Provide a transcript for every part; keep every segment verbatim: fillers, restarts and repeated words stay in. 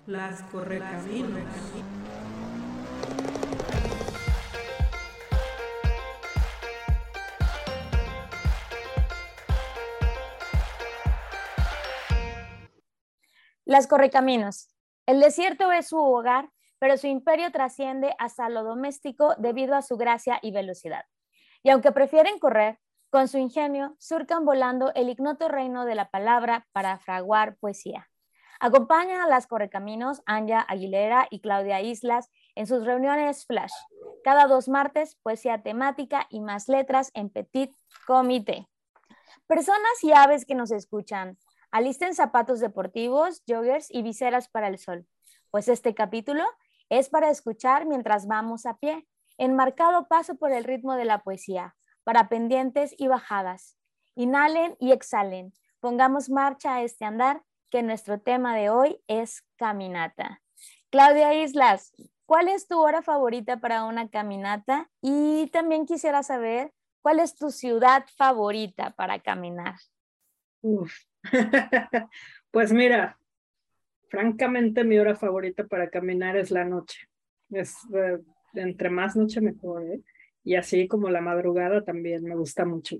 Las Correcaminos. Las Correcaminos. El desierto es su hogar, pero su imperio trasciende hasta lo doméstico debido a su gracia y velocidad. Y aunque prefieren correr, con su ingenio surcan volando el ignoto reino de la palabra para fraguar poesía. Acompañan a las Correcaminos Anya Aguilera y Claudia Islas en sus reuniones flash. Cada dos martes, poesía temática y más letras en Petit Comité. Personas y aves que nos escuchan, alisten zapatos deportivos, joggers y viseras para el sol, pues este capítulo es para escuchar mientras vamos a pie, en marcado paso por el ritmo de la poesía, para pendientes y bajadas. Inhalen y exhalen, pongamos marcha a este andar, que nuestro tema de hoy es caminata. Claudia Islas, ¿cuál es tu hora favorita para una caminata? Y también quisiera saber, ¿cuál es tu ciudad favorita para caminar? Uf. Pues mira, francamente mi hora favorita para caminar es la noche. Es eh, entre más noche mejor, ¿eh? Y así como la madrugada también me gusta mucho.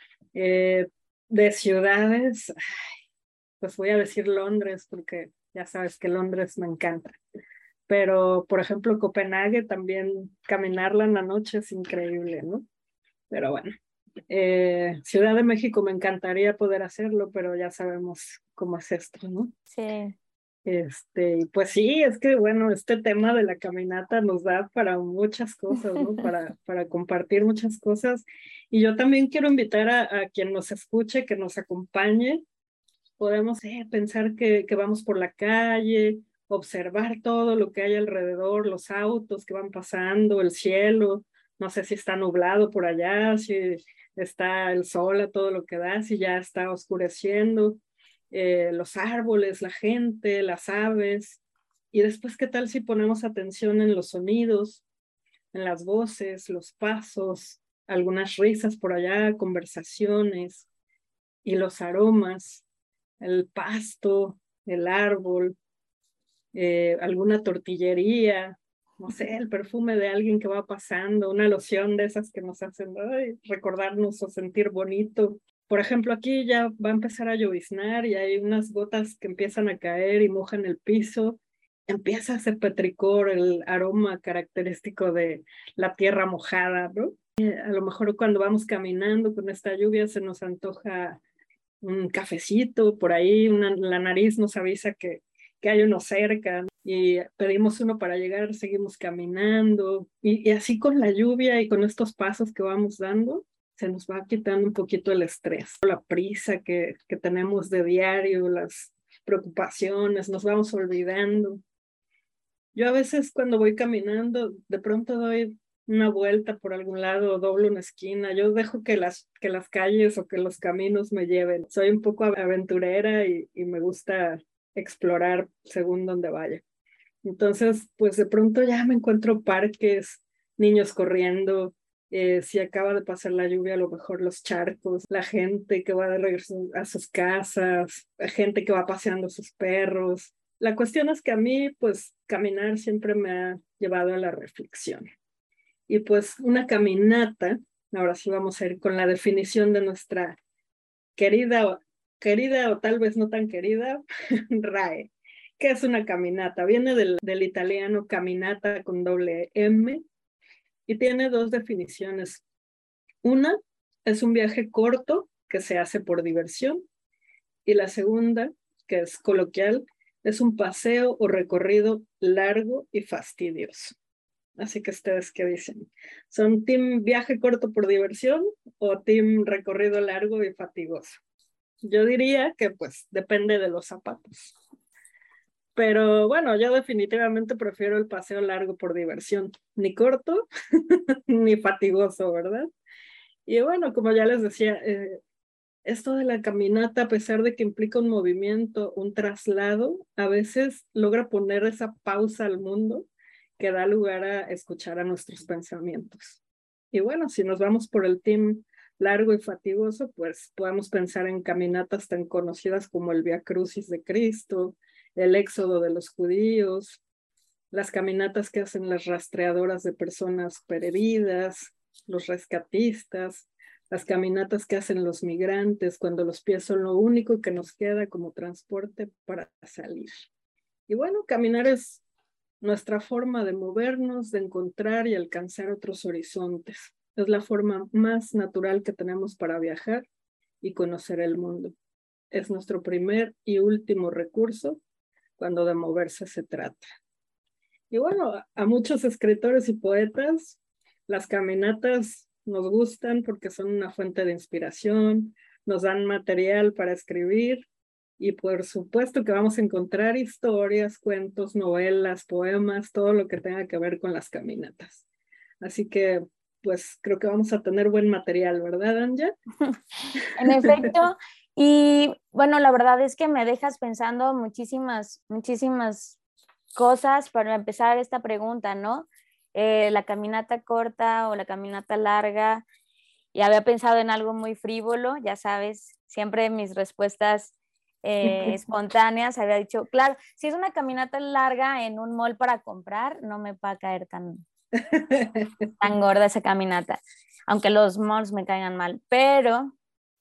Eh, de ciudades, pues voy a decir Londres porque ya sabes que Londres me encanta. Pero, por ejemplo, Copenhague también caminarla en la noche es increíble, ¿no? Pero bueno, eh, Ciudad de México me encantaría poder hacerlo, pero ya sabemos cómo es esto, ¿no? Sí. Este, y pues sí, es que bueno, este tema de la caminata nos da para muchas cosas, ¿no? Para, para compartir muchas cosas. Y yo también quiero invitar a, a quien nos escuche, que nos acompañe. Podemos eh, pensar que, que vamos por la calle, observar todo lo que hay alrededor, los autos que van pasando, el cielo. No sé si está nublado por allá, si está el sol a todo lo que da, si ya está oscureciendo, eh, los árboles, la gente, las aves. Y después, ¿qué tal si ponemos atención en los sonidos, en las voces, los pasos, algunas risas por allá, conversaciones y los aromas, el pasto, el árbol, eh, alguna tortillería, no sé, el perfume de alguien que va pasando, una loción de esas que nos hacen ay, recordarnos o sentir bonito. Por ejemplo, aquí ya va a empezar a lloviznar y hay unas gotas que empiezan a caer y mojan el piso. Empieza a hacer petricor el aroma característico de la tierra mojada, ¿no? Eh, a lo mejor cuando vamos caminando con esta lluvia se nos antoja un cafecito por ahí, una, la nariz nos avisa que, que hay uno cerca y pedimos uno para llegar, seguimos caminando y, y así con la lluvia y con estos pasos que vamos dando, se nos va quitando un poquito el estrés, la prisa que, que tenemos de diario, las preocupaciones, nos vamos olvidando. Yo a veces cuando voy caminando, de pronto doy una vuelta por algún lado o doblo una esquina. Yo dejo que las, que las calles o que los caminos me lleven. Soy un poco aventurera y, y me gusta explorar según donde vaya. Entonces, pues de pronto ya me encuentro parques, niños corriendo, eh, si acaba de pasar la lluvia, a lo mejor los charcos, la gente que va de regreso a sus casas, la gente que va paseando sus perros. La cuestión es que a mí, pues, caminar siempre me ha llevado a la reflexión. Y pues una caminata, ahora sí vamos a ir con la definición de nuestra querida, querida o tal vez no tan querida, RAE. ¿Qué es una caminata? Viene del, del italiano caminata con doble M y tiene dos definiciones. Una es un viaje corto que se hace por diversión y la segunda, que es coloquial, es un paseo o recorrido largo y fastidioso. Así que ustedes, ¿qué dicen? ¿Son team viaje corto por diversión o team recorrido largo y fatigoso? Yo diría que pues depende de los zapatos. Pero bueno, yo definitivamente prefiero el paseo largo por diversión. Ni corto, ni fatigoso, ¿verdad? Y bueno, como ya les decía, eh, esto de la caminata, a pesar de que implica un movimiento, un traslado, a veces logra poner esa pausa al mundo que da lugar a escuchar a nuestros pensamientos. Y bueno, si nos vamos por el team largo y fatigoso, pues podemos pensar en caminatas tan conocidas como el Vía Crucis de Cristo, el éxodo de los judíos, las caminatas que hacen las rastreadoras de personas perdidas, los rescatistas, las caminatas que hacen los migrantes cuando los pies son lo único que nos queda como transporte para salir. Y bueno, caminar es nuestra forma de movernos, de encontrar y alcanzar otros horizontes. Es la forma más natural que tenemos para viajar y conocer el mundo. Es nuestro primer y último recurso cuando de moverse se trata. Y bueno, a muchos escritores y poetas, las caminatas nos gustan porque son una fuente de inspiración, nos dan material para escribir y por supuesto que vamos a encontrar historias, cuentos, novelas, poemas, todo lo que tenga que ver con las caminatas. Así que pues creo que vamos a tener buen material, ¿verdad, Anja? En efecto, y bueno, la verdad es que me dejas pensando muchísimas, muchísimas cosas para empezar esta pregunta, ¿no? Eh, la caminata corta o la caminata larga, y había pensado en algo muy frívolo, ya sabes, siempre mis respuestas eh, espontáneas, había dicho, claro, si es una caminata larga en un mall para comprar, no me va a caer tan, tan gorda esa caminata, aunque los malls me caigan mal, pero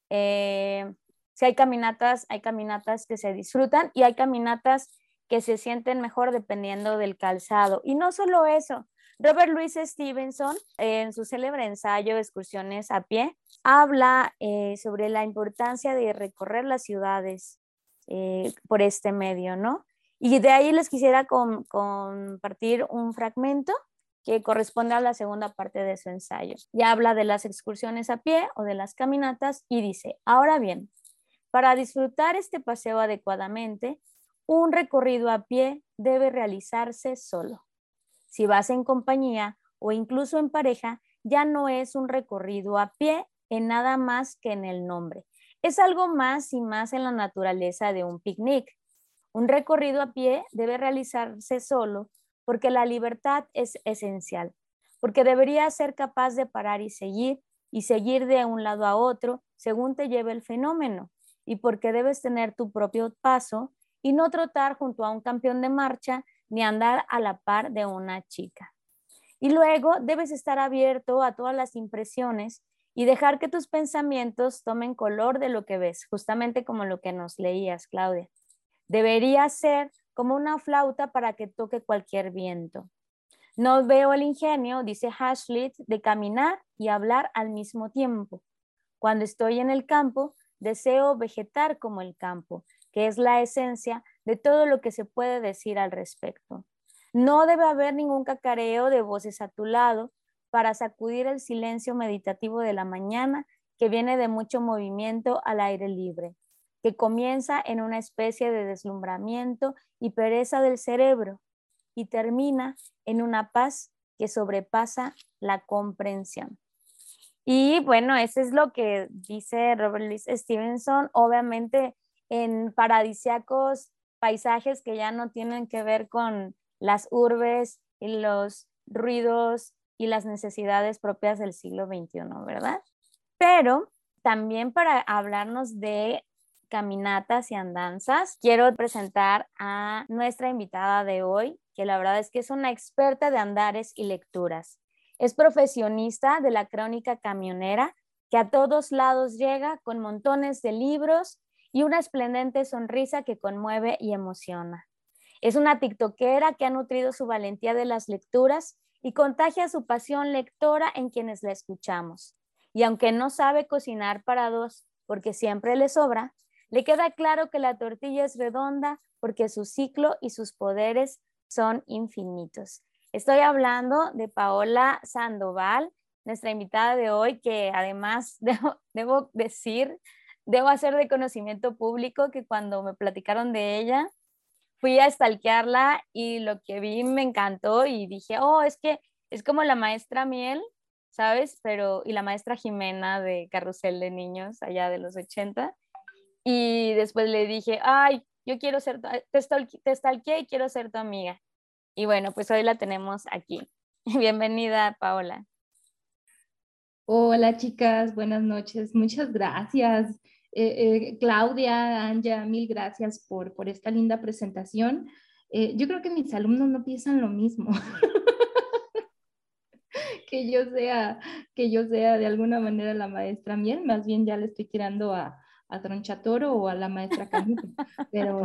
eh, si hay caminatas, hay caminatas que se disfrutan y hay caminatas que se sienten mejor dependiendo del calzado. Y no solo eso, Robert Louis Stevenson, en su célebre ensayo Excursiones a pie, habla eh, sobre la importancia de recorrer las ciudades eh, por este medio, ¿no? Y de ahí les quisiera com compartir un fragmento que corresponde a la segunda parte de su ensayo. Ya habla de las excursiones a pie o de las caminatas y dice, ahora bien, para disfrutar este paseo adecuadamente, un recorrido a pie debe realizarse solo. Si vas en compañía o incluso en pareja, ya no es un recorrido a pie en nada más que en el nombre. Es algo más y más en la naturaleza de un picnic. Un recorrido a pie debe realizarse solo porque la libertad es esencial, porque deberías ser capaz de parar y seguir, y seguir de un lado a otro según te lleve el fenómeno, y porque debes tener tu propio paso y no trotar junto a un campeón de marcha ni andar a la par de una chica. Y luego debes estar abierto a todas las impresiones y dejar que tus pensamientos tomen color de lo que ves, justamente como lo que nos leías, Claudia. Debería ser como una flauta para que toque cualquier viento. No veo el ingenio, dice Hazlitt, de caminar y hablar al mismo tiempo. Cuando estoy en el campo, deseo vegetar como el campo, que es la esencia de todo lo que se puede decir al respecto. No debe haber ningún cacareo de voces a tu lado para sacudir el silencio meditativo de la mañana que viene de mucho movimiento al aire libre, que comienza en una especie de deslumbramiento y pereza del cerebro y termina en una paz que sobrepasa la comprensión. Y bueno, eso es lo que dice Robert Louis Stevenson, obviamente en paradisíacos paisajes que ya no tienen que ver con las urbes y los ruidos y las necesidades propias del siglo veintiuno, ¿verdad? Pero también para hablarnos de caminatas y andanzas, quiero presentar a nuestra invitada de hoy, que la verdad es que es una experta de andares y lecturas. Es profesionista de la crónica camionera, que a todos lados llega con montones de libros y una esplendente sonrisa que conmueve y emociona. Es una tiktokera que ha nutrido su valentía de las lecturas y contagia su pasión lectora en quienes la escuchamos. Y aunque no sabe cocinar para dos, porque siempre le sobra, le queda claro que la tortilla es redonda porque su ciclo y sus poderes son infinitos. Estoy hablando de Paola Sandoval, nuestra invitada de hoy, que además debo, debo decir, debo hacer de conocimiento público que cuando me platicaron de ella, fui a stalkearla y lo que vi me encantó y dije, oh, es que es como la maestra Miel, ¿sabes? Pero, y la maestra Jimena de Carrusel de Niños, allá de los ochenta. Y después le dije, ay, yo quiero ser, tu, te, stalke, te stalkeé y quiero ser tu amiga. Y bueno, pues hoy la tenemos aquí. Bienvenida, Paola. Hola chicas, buenas noches, muchas gracias. Eh, eh, Claudia, Anja, mil gracias por, por esta linda presentación. Eh, yo creo que mis alumnos no piensan lo mismo. que yo sea, que yo sea de alguna manera la maestra Miel, más bien ya le estoy tirando a, a Tronchatoro o a la maestra Canuto. Pero,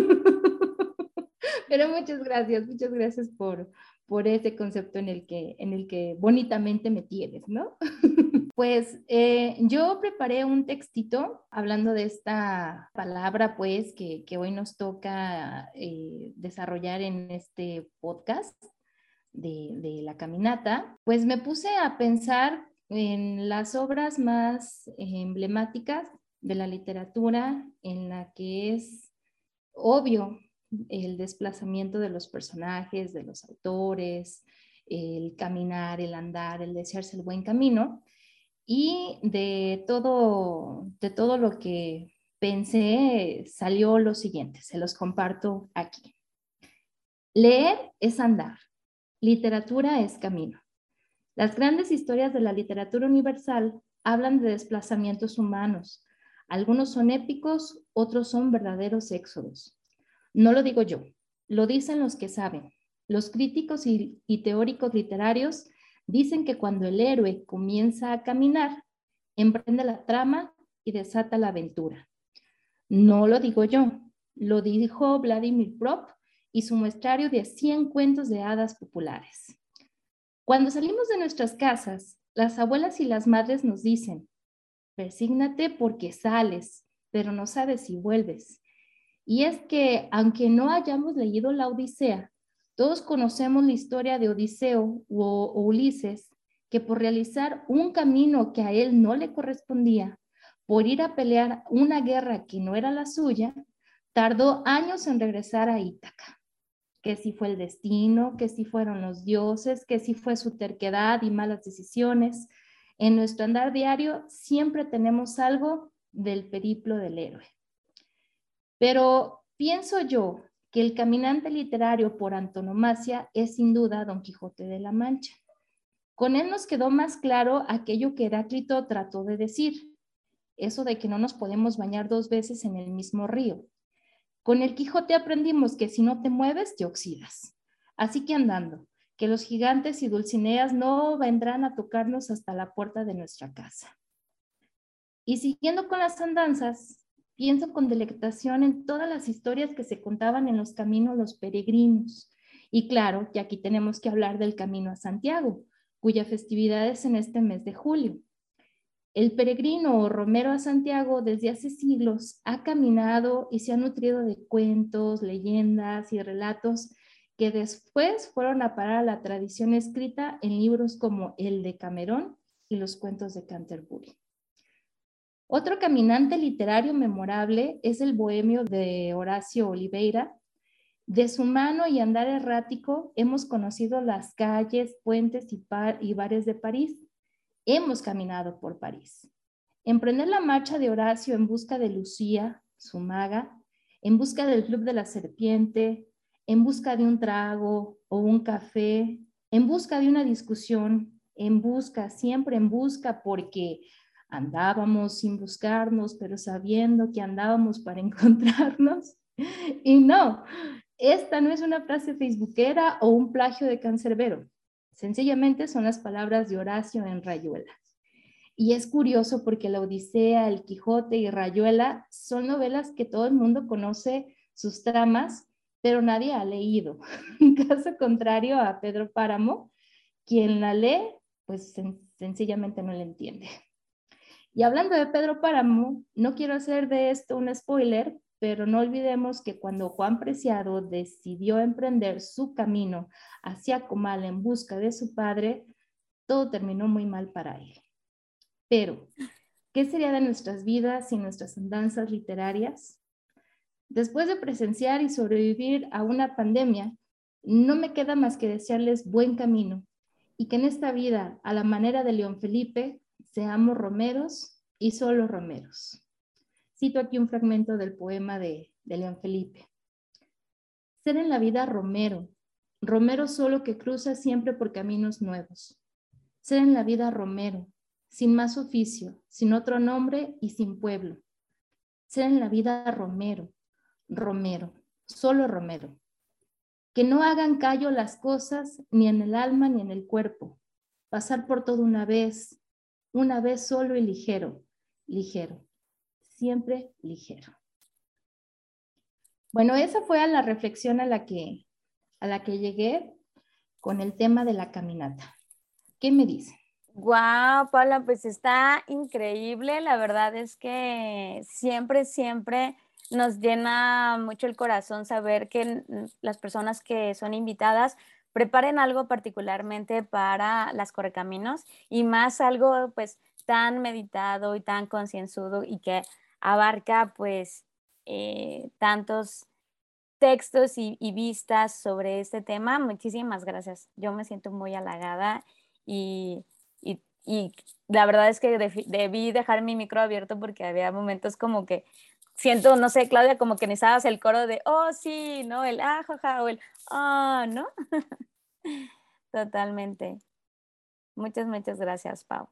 pero muchas gracias, muchas gracias por, por ese concepto en el que, en el que bonitamente me tienes, ¿no? Pues eh, yo preparé un textito hablando de esta palabra, pues, que, que hoy nos toca eh, desarrollar en este podcast de, de la caminata. Pues me puse a pensar en las obras más eh, emblemáticas de la literatura, en la que es obvio el desplazamiento de los personajes, de los autores, el caminar, el andar, el desearse el buen camino. Y de todo, de todo lo que pensé salió lo siguiente, se los comparto aquí. Leer es andar, literatura es camino. Las grandes historias de la literatura universal hablan de desplazamientos humanos. Algunos son épicos, otros son verdaderos éxodos. No lo digo yo, lo dicen los que saben. Los críticos y, y teóricos literarios dicen que cuando el héroe comienza a caminar, emprende la trama y desata la aventura. No lo digo yo, lo dijo Vladimir Prop y su muestrario de cien cuentos de hadas populares. Cuando salimos de nuestras casas, las abuelas y las madres nos dicen, persígnate porque sales, pero no sabes si vuelves. Y es que, aunque no hayamos leído la Odisea, todos conocemos la historia de Odiseo o, o Ulises, que por realizar un camino que a él no le correspondía, por ir a pelear una guerra que no era la suya, tardó años en regresar a Ítaca. Que si fue el destino, que si fueron los dioses, que si fue su terquedad y malas decisiones. En nuestro andar diario siempre tenemos algo del periplo del héroe. Pero pienso yo que el caminante literario por antonomasia es sin duda Don Quijote de la Mancha. Con él nos quedó más claro aquello que Heráclito trató de decir, eso de que no nos podemos bañar dos veces en el mismo río. Con el Quijote aprendimos que si no te mueves, te oxidas. Así que andando, que los gigantes y Dulcineas no vendrán a tocarnos hasta la puerta de nuestra casa. Y siguiendo con las andanzas, pienso con delectación en todas las historias que se contaban en los caminos los peregrinos. Y claro, que aquí tenemos que hablar del Camino a Santiago, cuya festividad es en este mes de julio. El peregrino o romero a Santiago desde hace siglos ha caminado y se ha nutrido de cuentos, leyendas y relatos que después fueron a parar a la tradición escrita en libros como el de Camerón y los cuentos de Canterbury. Otro caminante literario memorable es el bohemio de Horacio Oliveira. De su mano y andar errático hemos conocido las calles, puentes y, y bares de París. Hemos caminado por París. Emprender la marcha de Horacio en busca de Lucía, su maga, en busca del Club de la Serpiente, en busca de un trago o un café, en busca de una discusión, en busca, siempre en busca, porque andábamos sin buscarnos, pero sabiendo que andábamos para encontrarnos. Y no, esta no es una frase facebookera o un plagio de Cancerbero. Sencillamente son las palabras de Horacio en Rayuela. Y es curioso porque la Odisea, el Quijote y Rayuela son novelas que todo el mundo conoce sus tramas, pero nadie ha leído. En caso contrario a Pedro Páramo, quien la lee, pues sen- sencillamente no la entiende. Y hablando de Pedro Páramo, no quiero hacer de esto un spoiler, pero no olvidemos que cuando Juan Preciado decidió emprender su camino hacia Comal en busca de su padre, todo terminó muy mal para él. Pero, ¿qué sería de nuestras vidas sin nuestras andanzas literarias? Después de presenciar y sobrevivir a una pandemia, no me queda más que desearles buen camino y que en esta vida, a la manera de León Felipe, seamos romeros y solo romeros. Cito aquí un fragmento del poema de, de León Felipe. Ser en la vida romero, romero solo que cruza siempre por caminos nuevos. Ser en la vida romero, sin más oficio, sin otro nombre y sin pueblo. ser en la vida Romero, Romero, solo Romero. Que no hagan callo las cosas ni en el alma ni en el cuerpo. Pasar por todo una vez, una vez solo y ligero, ligero, siempre ligero. Bueno, esa fue a la reflexión a la que, a la que llegué con el tema de la caminata. ¿Qué me dicen? Guau, Paula, pues está increíble. La verdad es que siempre, siempre nos llena mucho el corazón saber que las personas que son invitadas preparen algo particularmente para las Correcaminos y más algo pues tan meditado y tan concienzudo y que abarca pues eh, tantos textos y, y vistas sobre este tema. Muchísimas gracias. Yo me siento muy halagada y, y, y la verdad es que debí, debí dejar mi micro abierto porque había momentos como que siento, no sé, Claudia, como que necesitabas el coro de, oh, sí, ¿no? El ah, jaja, o el ah, oh, ¿no? Totalmente. Muchas, muchas gracias, Pau.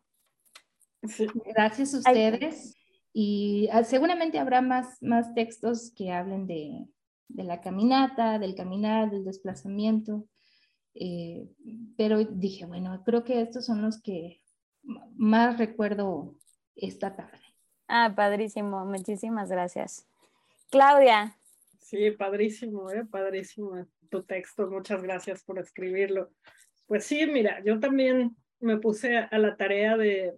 Sí. Gracias a ustedes. Y uh, seguramente habrá más, más textos que hablen de, de la caminata, del caminar, del desplazamiento. Eh, pero dije, bueno, creo que estos son los que más recuerdo esta tarde. Ah, padrísimo. Muchísimas gracias. Claudia. Sí, padrísimo, ¿eh? Padrísimo tu texto. Muchas gracias por escribirlo. Pues sí, mira, yo también me puse a la tarea de,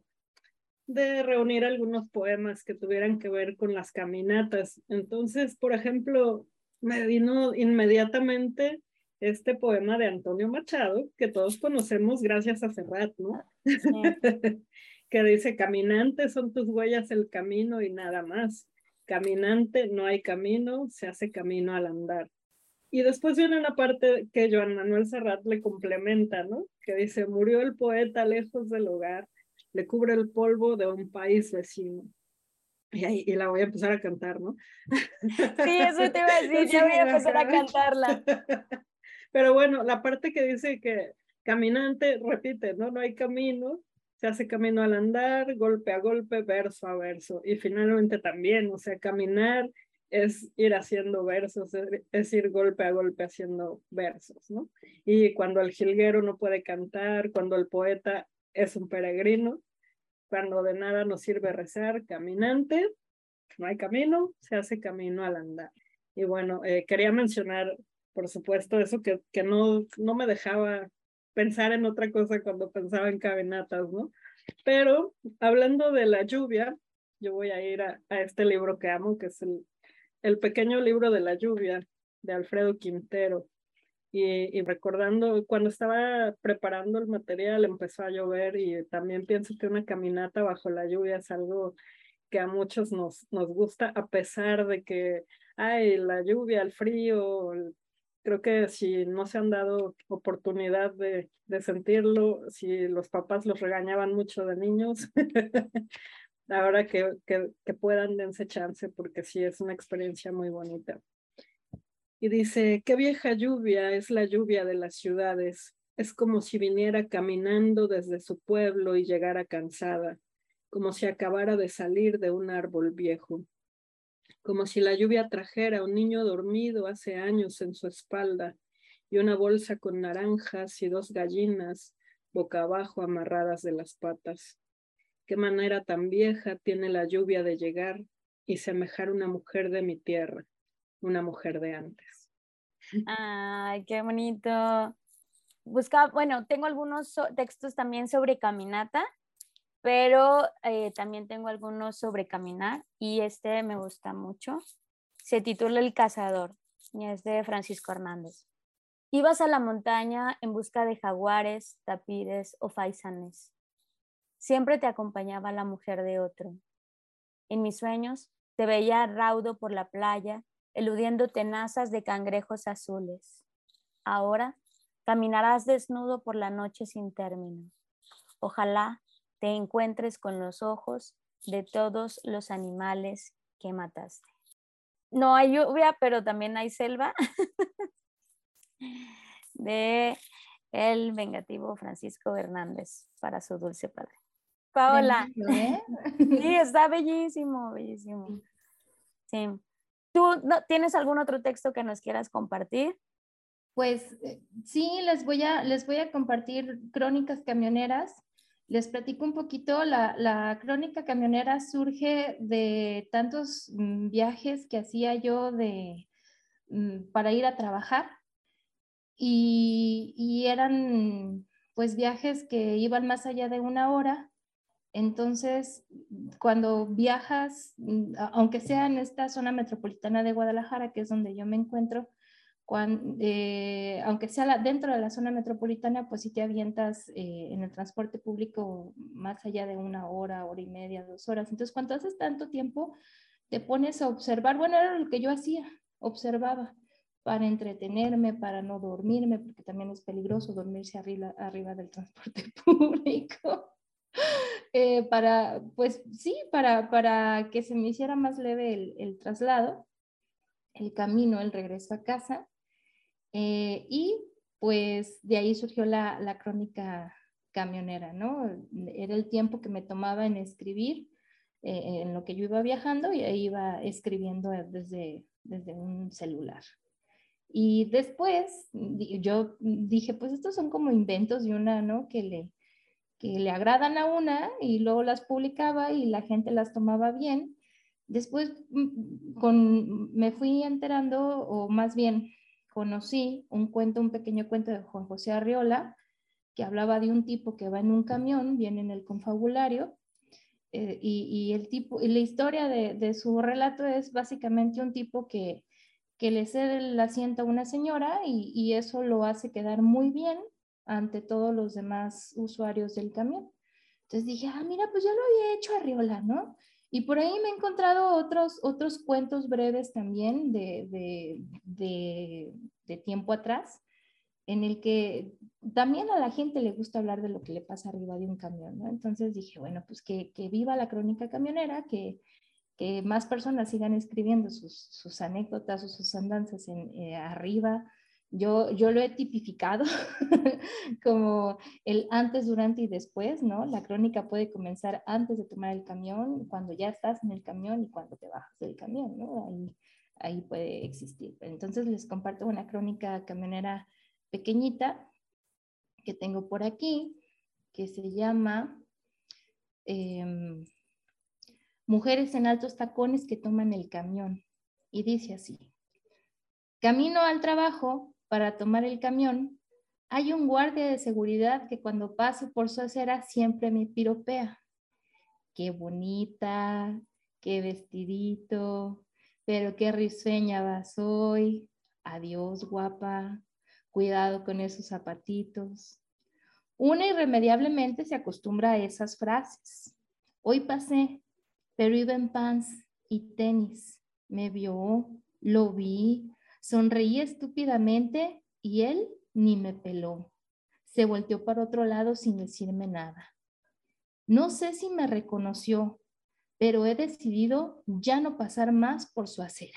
de reunir algunos poemas que tuvieran que ver con las caminatas. Entonces, por ejemplo, me vino inmediatamente este poema de Antonio Machado, que todos conocemos gracias a Serrat, ¿no? Sí. Que dice, caminante son tus huellas el camino y nada más. Caminante no hay camino, se hace camino al andar. Y después viene una parte que Joan Manuel Serrat le complementa, ¿no? Que dice, murió el poeta lejos del hogar, le cubre el polvo de un país vecino. Y, ahí, y la voy a empezar a cantar, ¿no? Sí, eso te iba a decir, ya voy a empezar a cantarla. Pero bueno, la parte que dice que caminante, repite, ¿no? No hay camino, se hace camino al andar, golpe a golpe, verso a verso. Y finalmente también, o sea, caminar es ir haciendo versos, es ir golpe a golpe haciendo versos, ¿no? Y cuando el jilguero no puede cantar, cuando el poeta es un peregrino, cuando de nada nos sirve rezar, caminante, no hay camino, se hace camino al andar. Y bueno, eh, quería mencionar, por supuesto, eso que, que no, no me dejaba pensar en otra cosa cuando pensaba en caminatas, ¿no? Pero hablando de la lluvia, yo voy a ir a, a este libro que amo, que es el, el pequeño libro de la lluvia, de Alfredo Quintero. Y, y recordando, cuando estaba preparando el material, empezó a llover y también pienso que una caminata bajo la lluvia es algo que a muchos nos, nos gusta, a pesar de que, ay, la lluvia, el frío, el, creo que si no se han dado oportunidad de, de sentirlo, si los papás los regañaban mucho de niños, ahora que, que, que puedan dense chance, porque sí es una experiencia muy bonita. Y dice, qué vieja lluvia es la lluvia de las ciudades, es como si viniera caminando desde su pueblo y llegara cansada, como si acabara de salir de un árbol viejo, como si la lluvia trajera a un niño dormido hace años en su espalda y una bolsa con naranjas y dos gallinas boca abajo amarradas de las patas. Qué manera tan vieja tiene la lluvia de llegar y semejar una mujer de mi tierra, una mujer de antes. Ay, qué bonito. Busca, bueno, tengo algunos so textos también sobre caminata, pero eh, también tengo algunos sobre caminar y este me gusta mucho. Se titula El cazador y es de Francisco Hernández. Ibas a la montaña en busca de jaguares, tapires o faisanes. Siempre te acompañaba la mujer de otro. En mis sueños te veía raudo por la playa, eludiendo tenazas de cangrejos azules. Ahora caminarás desnudo por la noche sin término. Ojalá te encuentres con los ojos de todos los animales que mataste. No hay lluvia, pero también hay selva. De el vengativo Francisco Hernández para su dulce padre. Paola. ¿eh? Sí, está bellísimo, bellísimo. Sí. ¿Tú no, tienes algún otro texto que nos quieras compartir? Pues eh, sí, les voy a, les voy a compartir Crónicas Camioneras. Les platico un poquito, la, la Crónica Camionera surge de tantos mm, viajes que hacía yo de, mm, para ir a trabajar y, y eran pues viajes que iban más allá de una hora. Entonces, cuando viajas, mm, a- aunque sea en esta zona metropolitana de Guadalajara, que es donde yo me encuentro, cuan- eh, aunque sea la- dentro de la zona metropolitana, pues sí te avientas eh, en el transporte público más allá de una hora, hora y media, dos horas. Entonces, cuando haces tanto tiempo, te pones a observar. Bueno, era lo que yo hacía, observaba para entretenerme, para no dormirme, porque también es peligroso dormirse arriba, arriba del transporte público. Eh, para, pues sí, para, para que se me hiciera más leve el, el traslado, el camino, el regreso a casa. Eh, y pues de ahí surgió la, la crónica camionera, ¿no? Era el tiempo que me tomaba en escribir, eh, en lo que yo iba viajando, y ahí iba escribiendo desde, desde un celular. Y después yo dije, pues estos son como inventos de una, ¿no? Que le, que le agradan a una, y luego las publicaba y la gente las tomaba bien. Después con, me fui enterando, o más bien conocí un cuento, un pequeño cuento de Juan José Arriola, que hablaba de un tipo que va en un camión, viene en el confabulario, eh, y, y, el tipo, y la historia de, de su relato es básicamente un tipo que, que le cede el asiento a una señora, y, y eso lo hace quedar muy bien ante todos los demás usuarios del camión. Entonces dije, ah, mira, pues ya lo había hecho Arriola, ¿no? Y por ahí me he encontrado otros, otros cuentos breves también de, de, de, de tiempo atrás, en el que también a la gente le gusta hablar de lo que le pasa arriba de un camión, ¿no? Entonces dije, bueno, pues que, que viva la crónica camionera, que, que más personas sigan escribiendo sus, sus anécdotas o sus andanzas en, eh, arriba. Yo, yo lo he tipificado como el antes, durante y después, ¿no? La crónica puede comenzar antes de tomar el camión, cuando ya estás en el camión y cuando te bajas del camión, ¿no? Ahí, ahí puede existir. Entonces les comparto una crónica camionera pequeñita que tengo por aquí, que se llama eh, Mujeres en altos tacones que toman el camión. Y dice así: camino al trabajo para tomar el camión, hay un guardia de seguridad que cuando paso por su acera siempre me piropea. Qué bonita, qué vestidito, pero qué risueña vas hoy. Adiós, guapa. Cuidado con esos zapatitos. Una irremediablemente se acostumbra a esas frases. Hoy pasé, pero iba en pants y tenis. Me vio, lo vi, sonreí estúpidamente y él ni me peló. Se volteó para otro lado sin decirme nada. No sé si me reconoció, pero he decidido ya no pasar más por su acera.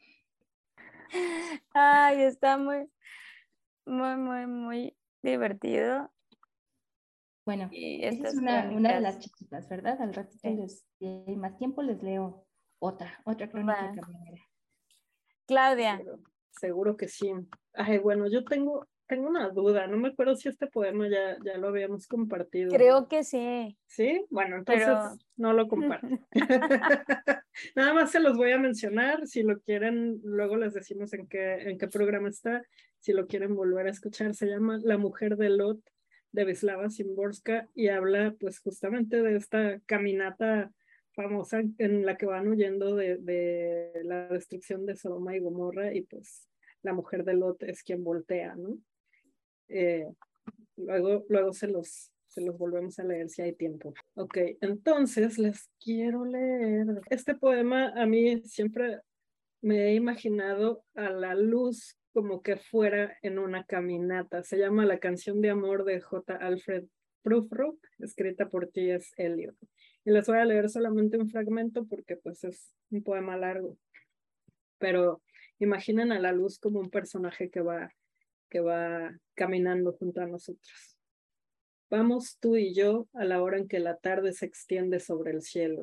Ay, está muy, muy, muy, muy divertido. Bueno, Y esa es estas una, una de las crónicas. chiquitas, ¿verdad? Al ratito, Sí. les, si hay más tiempo, les leo otra, otra crónica Va. camionera. Claudia, Seguro, seguro que sí. Ay, bueno, yo tengo, tengo una duda. No me acuerdo si este poema ya, ya lo habíamos compartido. creo que sí, ¿Sí? Bueno, entonces pero no lo comparto. Nada más se los voy a mencionar. Si lo quieren, luego les decimos en qué, en qué programa está. Si lo quieren volver a escuchar, se llama La mujer de Lot, de Wisława Szymborska, y habla pues justamente de esta caminata famosa en la que van huyendo de, de la destrucción de Sodoma y Gomorra, y pues la mujer de Lot es quien voltea, ¿no? Eh, luego, luego se los, se los volvemos a leer si hay tiempo. Ok, entonces les quiero leer. Este poema a mí siempre me he imaginado a la luz como que fuera en una caminata. Se llama La canción de amor de J. Alfred Prufrock, escrita por T S Eliot. Y les voy a leer solamente un fragmento porque pues es un poema largo. Pero imaginen a la luz como un personaje que va, que va caminando junto a nosotros. Vamos tú y yo a la hora en que la tarde se extiende sobre el cielo.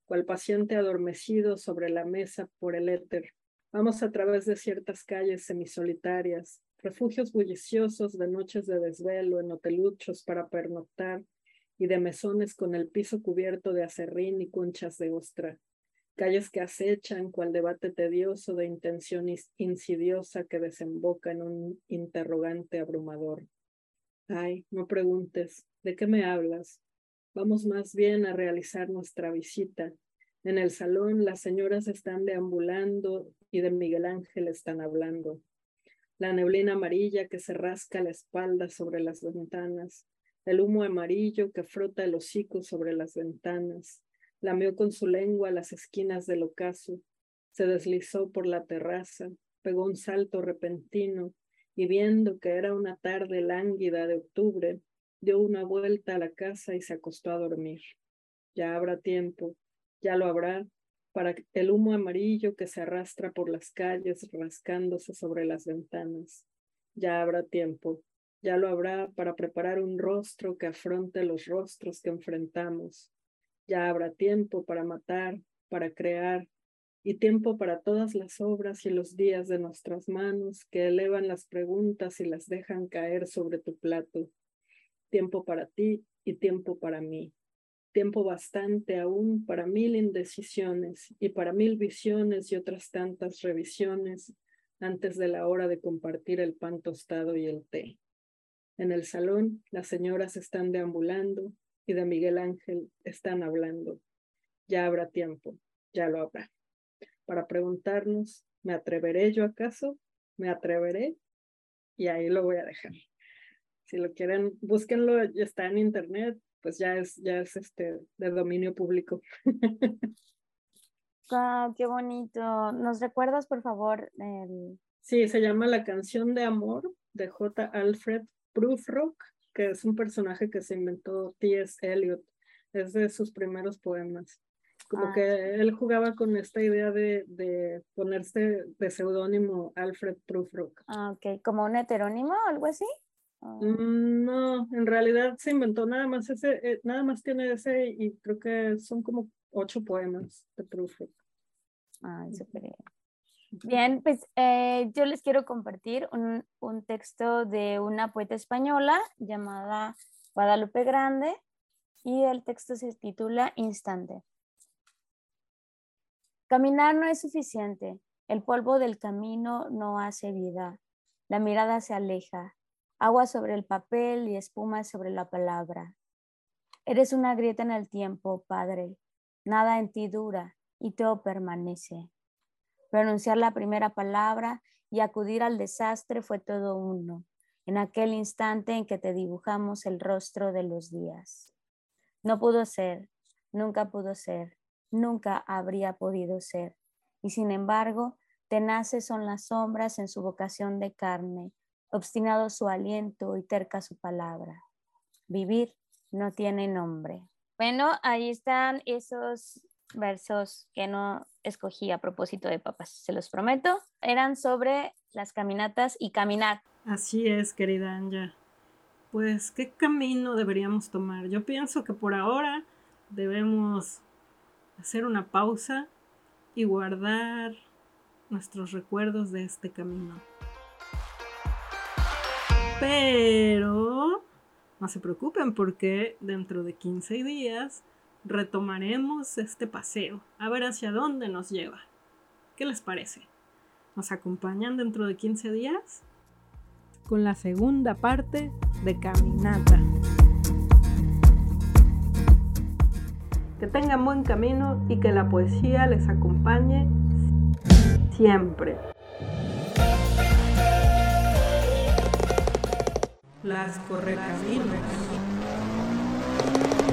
cual paciente adormecido sobre la mesa por el éter. Vamos a través de ciertas calles semisolitarias, refugios bulliciosos de noches de desvelo en hoteluchos para pernoctar y de mesones con el piso cubierto de acerrín y conchas de ostra. Calles que acechan cual debate tedioso de intención insidiosa que desemboca en un interrogante abrumador. Ay, no preguntes, ¿de qué me hablas? Vamos más bien a realizar nuestra visita. En el salón las señoras están deambulando y de Miguel Ángel están hablando. La neblina amarilla que se rasca la espalda sobre las ventanas, el humo amarillo que frota el hocico sobre las ventanas, lameó con su lengua las esquinas del ocaso, se deslizó por la terraza, pegó un salto repentino y viendo que era una tarde lánguida de octubre, dio una vuelta a la casa y se acostó a dormir. Ya habrá tiempo, ya lo habrá, para el humo amarillo que se arrastra por las calles rascándose sobre las ventanas. Ya habrá tiempo, ya lo habrá para preparar un rostro que afronte los rostros que enfrentamos. Ya habrá tiempo para matar, para crear, y tiempo para todas las obras y los días de nuestras manos que elevan las preguntas y las dejan caer sobre tu plato. Tiempo para ti y tiempo para mí. Tiempo bastante aún para mil indecisiones y para mil visiones y otras tantas revisiones antes de la hora de compartir el pan tostado y el té. En el salón las señoras están deambulando y de Miguel Ángel están hablando. Ya habrá tiempo, ya lo habrá. Para preguntarnos, ¿me atreveré yo acaso? ¿Me atreveré? Y ahí lo voy a dejar. Si lo quieren, búsquenlo, ya está en internet, pues ya es, ya es este, de dominio público. Wow, qué bonito. ¿Nos recuerdas, por favor? El... Sí, se llama La canción de amor de J. Alfred Prufrock, que es un personaje que se inventó T S Eliot. Es de sus primeros poemas. Como ah. que él jugaba con esta idea de, de ponerse de seudónimo Alfred Prufrock. Ah, ok. ¿Como un heterónimo o algo así? Oh. No, en realidad se inventó nada más ese, eh, nada más tiene ese y creo que son como ocho poemas de Prufrock. Ay, súper bien. Bien, pues eh, yo les quiero compartir un, un texto de una poeta española llamada Guadalupe Grande y el texto se titula Instante. Caminar no es suficiente, el polvo del camino no hace vida, la mirada se aleja, agua sobre el papel y espuma sobre la palabra. Eres una grieta en el tiempo, Padre, nada en ti dura y todo permanece. Pronunciar la primera palabra y acudir al desastre fue todo uno, en aquel instante en que te dibujamos el rostro de los días. No pudo ser, nunca pudo ser, nunca habría podido ser, y sin embargo, tenaces son las sombras en su vocación de carne, obstinado su aliento y terca su palabra. Vivir no tiene nombre. Bueno, ahí están esos versos que no escogí a propósito de papas, se los prometo. Eran sobre las caminatas y caminar. Así es, querida Anja. Pues, ¿qué camino deberíamos tomar? Yo pienso que por ahora debemos hacer una pausa y guardar nuestros recuerdos de este camino. Pero no se preocupen porque dentro de quince días retomaremos este paseo, a ver hacia dónde nos lleva. ¿Qué les parece? ¿Nos acompañan dentro de quince días? Con la segunda parte de Caminata. Que tengan buen camino y que la poesía les acompañe siempre. Las Correcaminos.